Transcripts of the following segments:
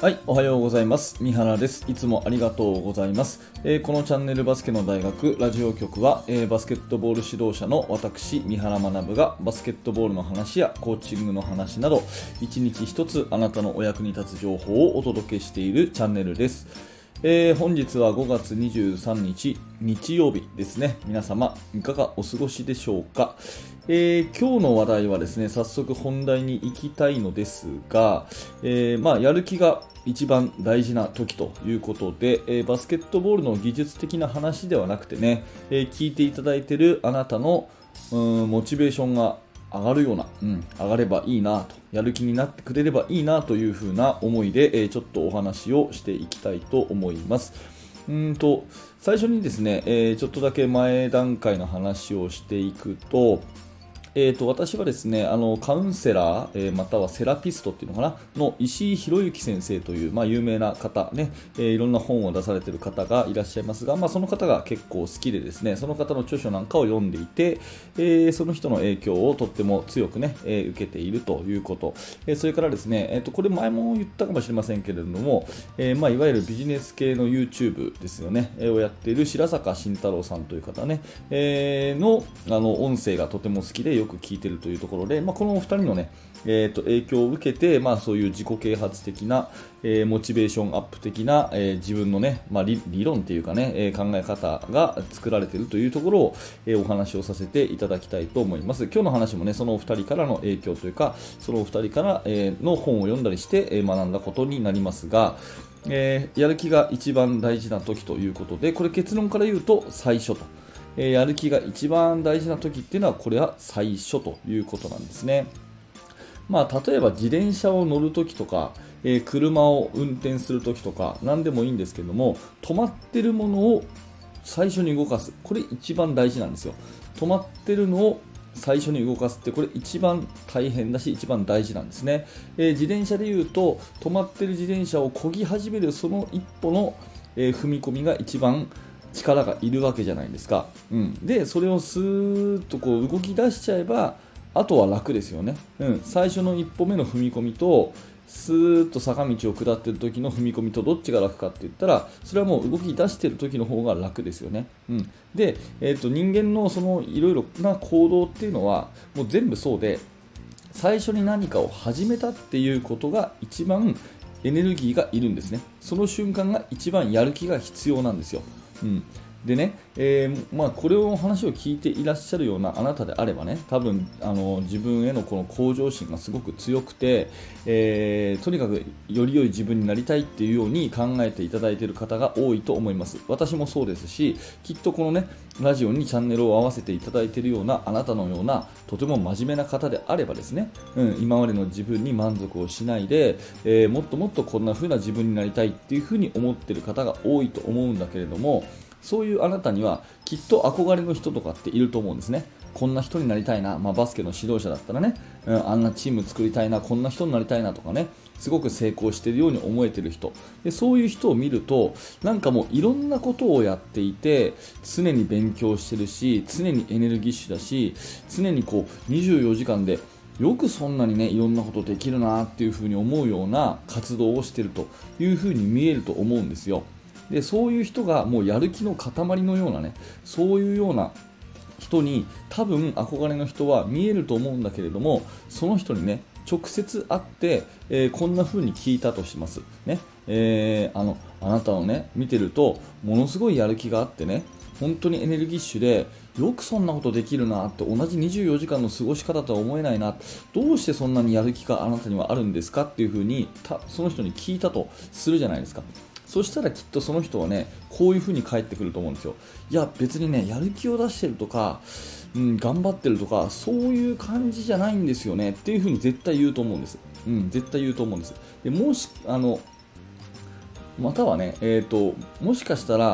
はい、おはようございます。三原です。いつもありがとうございます。このチャンネルバスケの大学ラジオ局は、バスケットボール指導者の私、三原学がバスケットボールの話やコーチングの話など、一日一つあなたのお役に立つ情報をお届けしているチャンネルです。本日は5月23日日曜日ですね。皆様いかがお過ごしでしょうか。今日の話題はですね、早速本題に行きたいのですが、やる気が一番大事な時ということで、バスケットボールの技術的な話ではなくてね、聞いていただいているあなたのモチベーションが上がるような、上がればいいなと、やる気になってくれればいいなというふうな思いで、ちょっとお話をしていきたいと思います。最初にですね、ちょっとだけ前段階の話をしていくと、私はですね、カウンセラー、またはセラピストっていうのかなの石井宏之先生という、有名な方ね、いろんな本を出されている方がいらっしゃいますが、その方が結構好きでですね、その方の著書なんかを読んでいて、その人の影響をとっても強くね、受けているということ、それからですね、これ前も言ったかもしれませんけれども、いわゆるビジネス系の YouTube ですよね、をやっている白坂慎太郎さんという方ね、の音声がとても好きでよく聞いているというところで、このお二人のね、影響を受けて、そういう自己啓発的な、モチベーションアップ的な、自分のね、理論というかね、考え方が作られているというところを、お話をさせていただきたいと思います。今日の話もね、そのお二人からの影響というか、そのお二人から、の本を読んだりして、学んだことになりますが、やる気が一番大事な時ということで、これ結論から言うと最初と。やる気が一番大事な時っていうのはこれは最初ということなんですね。例えば自転車を乗る時とか、車を運転する時とか何でもいいんですけども、止まってるものを最初に動かす、これ一番大事なんですよ。止まってるのを最初に動かすってこれ一番大変だし一番大事なんですね。自転車でいうと止まってる自転車を漕ぎ始めるその一歩の、踏み込みが一番力がいるわけじゃないですか。でそれをスーッとこう動き出しちゃえばあとは楽ですよね。最初の一歩目の踏み込みとスーッと坂道を下っている時の踏み込みとどっちが楽かって言ったらそれはもう動き出している時の方が楽ですよね。で、人間のそのいろいろな行動っていうのはもう全部そうで、最初に何かを始めたっていうことが一番エネルギーがいるんですね。その瞬間が一番やる気が必要なんですよ。でね、これを話を聞いていらっしゃるようなあなたであればね、多分自分へのこの向上心がすごく強くて、とにかくより良い自分になりたいっていうように考えていただいている方が多いと思います。私もそうですし、きっとこのねラジオにチャンネルを合わせていただいているようなあなたのようなとても真面目な方であればですね、今までの自分に満足をしないで、もっともっとこんな風な自分になりたいっていう風に思っている方が多いと思うんだけれども、そういうあなたにはきっと憧れの人とかっていると思うんですね。こんな人になりたいな、バスケの指導者だったらね、あんなチーム作りたいな、こんな人になりたいなとかね、すごく成功しているように思えている人で、そういう人を見るとなんかもういろんなことをやっていて常に勉強してるし、常にエネルギッシュだし、常にこう24時間でよくそんなにねいろんなことできるなっていうふうに思うような活動をしているというふうに見えると思うんですよ。でそういう人がもうやる気の塊のようなね、そういうような人に多分憧れの人は見えると思うんだけれども、その人にね直接会って、こんな風に聞いたとしますね。あなたをね見てるとものすごいやる気があってね、本当にエネルギッシュでよくそんなことできるなって、同じ24時間の過ごし方とは思えないな、どうしてそんなにやる気があなたにはあるんですかっていう風にその人に聞いたとするじゃないですか。そしたらきっとその人はねこういう風に返ってくると思うんですよ。いや別にねやる気を出してるとか、頑張ってるとかそういう感じじゃないんですよねっていう風に絶対言うと思うんです。絶対言うと思うんです。でもしまたはね、もしかしたら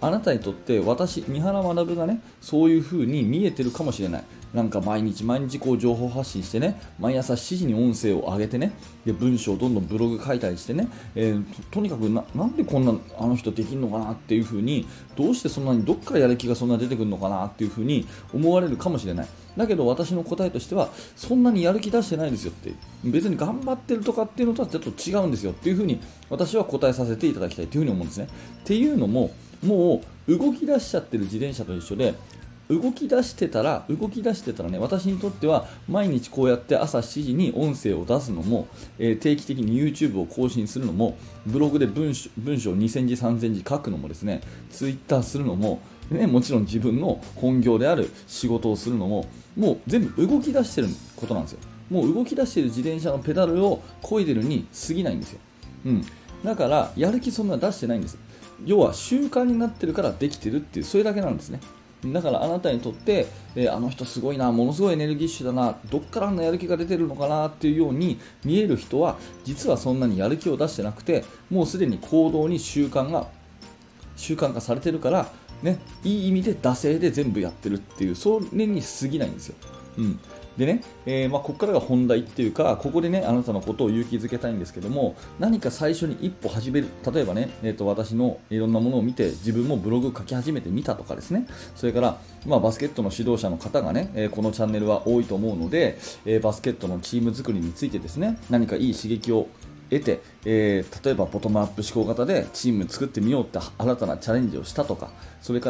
あなたにとって私、三原学がね、そういう風に見えてるかもしれない。なんか毎日毎日こう情報発信してね、毎朝7時に音声を上げてね、で文章をどんどんブログ書いたりしてね、とにかくなんでこんなあの人できるのかなっていう風に、どうしてそんなにどっからやる気がそんな出てくるのかなっていう風に思われるかもしれない。だけど私の答えとしては、そんなにやる気出してないですよって、別に頑張ってるとかっていうのとはちょっと違うんですよっていう風に私は答えさせていただきたいという風に思うんですね。っていうのも、もう動き出しちゃってる自転車と一緒で、動き出してたらね、私にとっては毎日こうやって朝7時に音声を出すのも、定期的に YouTube を更新するのも、ブログで文章2000字3000字書くのもですね、Twitter するのも、ね、もちろん自分の本業である仕事をするのも、もう全部動き出してることなんですよ。もう動き出している自転車のペダルを漕いでるに過ぎないんですよ。だからやる気そんな出してないんです。要は習慣になってるからできてるっていう、それだけなんですね。だからあなたにとって、あの人すごいな、ものすごいエネルギッシュだな、どっからあんなやる気が出てるのかなっていうように見える人は、実はそんなにやる気を出してなくて、もうすでに行動に習慣化されてるから、ね、いい意味で惰性で全部やってるっていう、それに過ぎないんですよ。でね、ここからが本題っていうか、ここでね、あなたのことを勇気づけたいんですけども、何か最初に一歩始める、例えばね、私のいろんなものを見て、自分もブログ書き始めてみたとかですね、それから、バスケットの指導者の方がね、このチャンネルは多いと思うので、バスケットのチーム作りについてですね、何かいい刺激を得て、例えばボトムアップ思考型でチーム作ってみようって新たなチャレンジをしたとか、それから、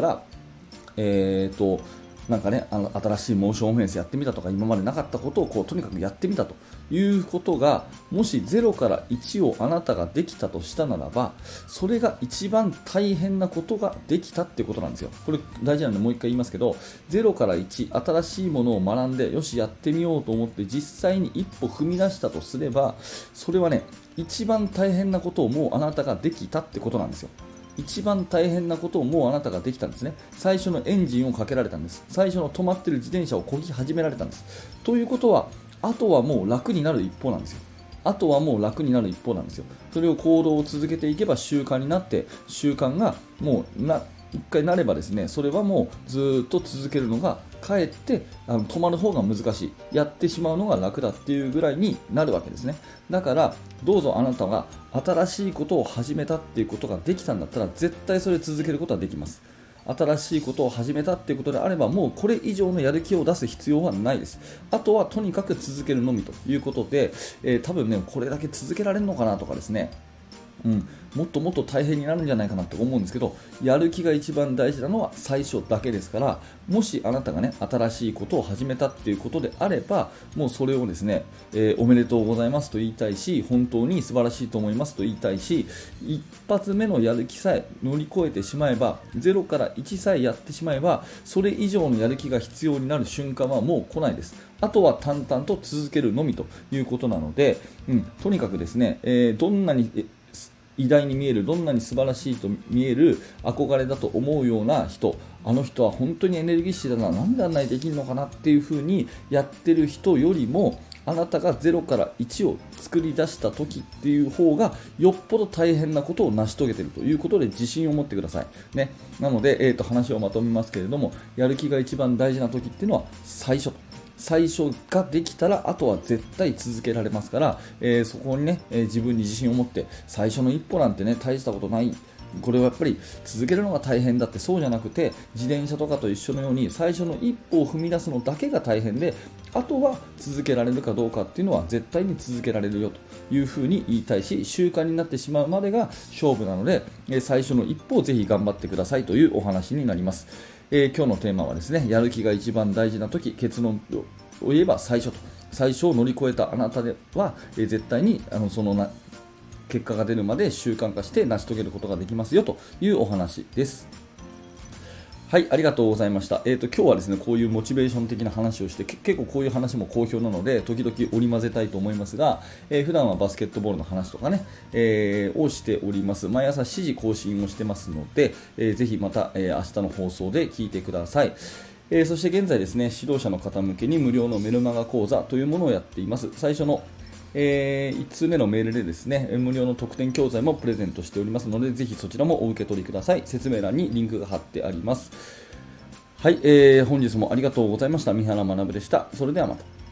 なんかね、新しいモーションオフェンスやってみたとか、今までなかったことをとにかくやってみたということが、もし0から1をあなたができたとしたならば、それが一番大変なことができたってことなんですよ。これ大事なのでもう一回言いますけど、0から1、新しいものを学んで、よしやってみようと思って実際に一歩踏み出したとすれば、それはね、一番大変なことをもうあなたができたってことなんですよ。一番大変なことをもうあなたができたんですね。最初のエンジンをかけられたんです。最初の止まっている自転車を漕ぎ始められたんです。ということは、あとはもう楽になる一方なんですよ。それを行動を続けていけば習慣になって、習慣がもう一回なればですね、それはもうずっと続けるのがかえって止まる方が難しい、やってしまうのが楽だっていうぐらいになるわけですね。だからどうぞあなたが新しいことを始めたっていうことができたんだったら、絶対それ続けることはできます。新しいことを始めたっていうことであれば、もうこれ以上のやる気を出す必要はないです。あとはとにかく続けるのみということで、多分ね、これだけ続けられるのかなとかですね、もっともっと大変になるんじゃないかなと思うんですけど、やる気が一番大事なのは最初だけですから、もしあなたがね、新しいことを始めたっていうことであれば、もうそれをですね、おめでとうございますと言いたいし、本当に素晴らしいと思いますと言いたいし、一発目のやる気さえ乗り越えてしまえば、0から1さえやってしまえば、それ以上のやる気が必要になる瞬間はもう来ないです。あとは淡々と続けるのみということなので、とにかくですね、どんなに偉大に見える、どんなに素晴らしいと見える、憧れだと思うような人、あの人は本当にエネルギッシュだな、なんであんなにできるのかなっていう風にやってる人よりも、あなたが0から1を作り出した時っていう方がよっぽど大変なことを成し遂げているということで自信を持ってください、ね、なので、話をまとめますけれども、やる気が一番大事な時っていうのは最初ができたら、あとは絶対続けられますから、そこにね、自分に自信を持って、最初の一歩なんてね、大したことない、これはやっぱり続けるのが大変だって、そうじゃなくて、自転車とかと一緒のように最初の一歩を踏み出すのだけが大変で、あとは続けられるかどうかっていうのは絶対に続けられるよというふうに言いたいし、習慣になってしまうまでが勝負なので、最初の一歩をぜひ頑張ってくださいというお話になります。今日のテーマはですね、やる気が一番大事な時、結論を言えば最初を乗り越えたあなたでは、絶対に結果が出るまで習慣化して成し遂げることができますよというお話です。はい、ありがとうございました。今日はですね、こういうモチベーション的な話をして、結構こういう話も好評なので、時々織り交ぜたいと思いますが、普段はバスケットボールの話とかね、をしております。毎朝7時更新をしてますので、ぜひまた、明日の放送で聞いてください。そして現在ですね、指導者の方向けに無料のメルマガ講座というものをやっています。最初の 1通目のメールでですね、無料の特典教材もプレゼントしておりますので、ぜひそちらもお受け取りください。説明欄にリンクが貼ってあります。はい、本日もありがとうございました。三原学でした。それではまた。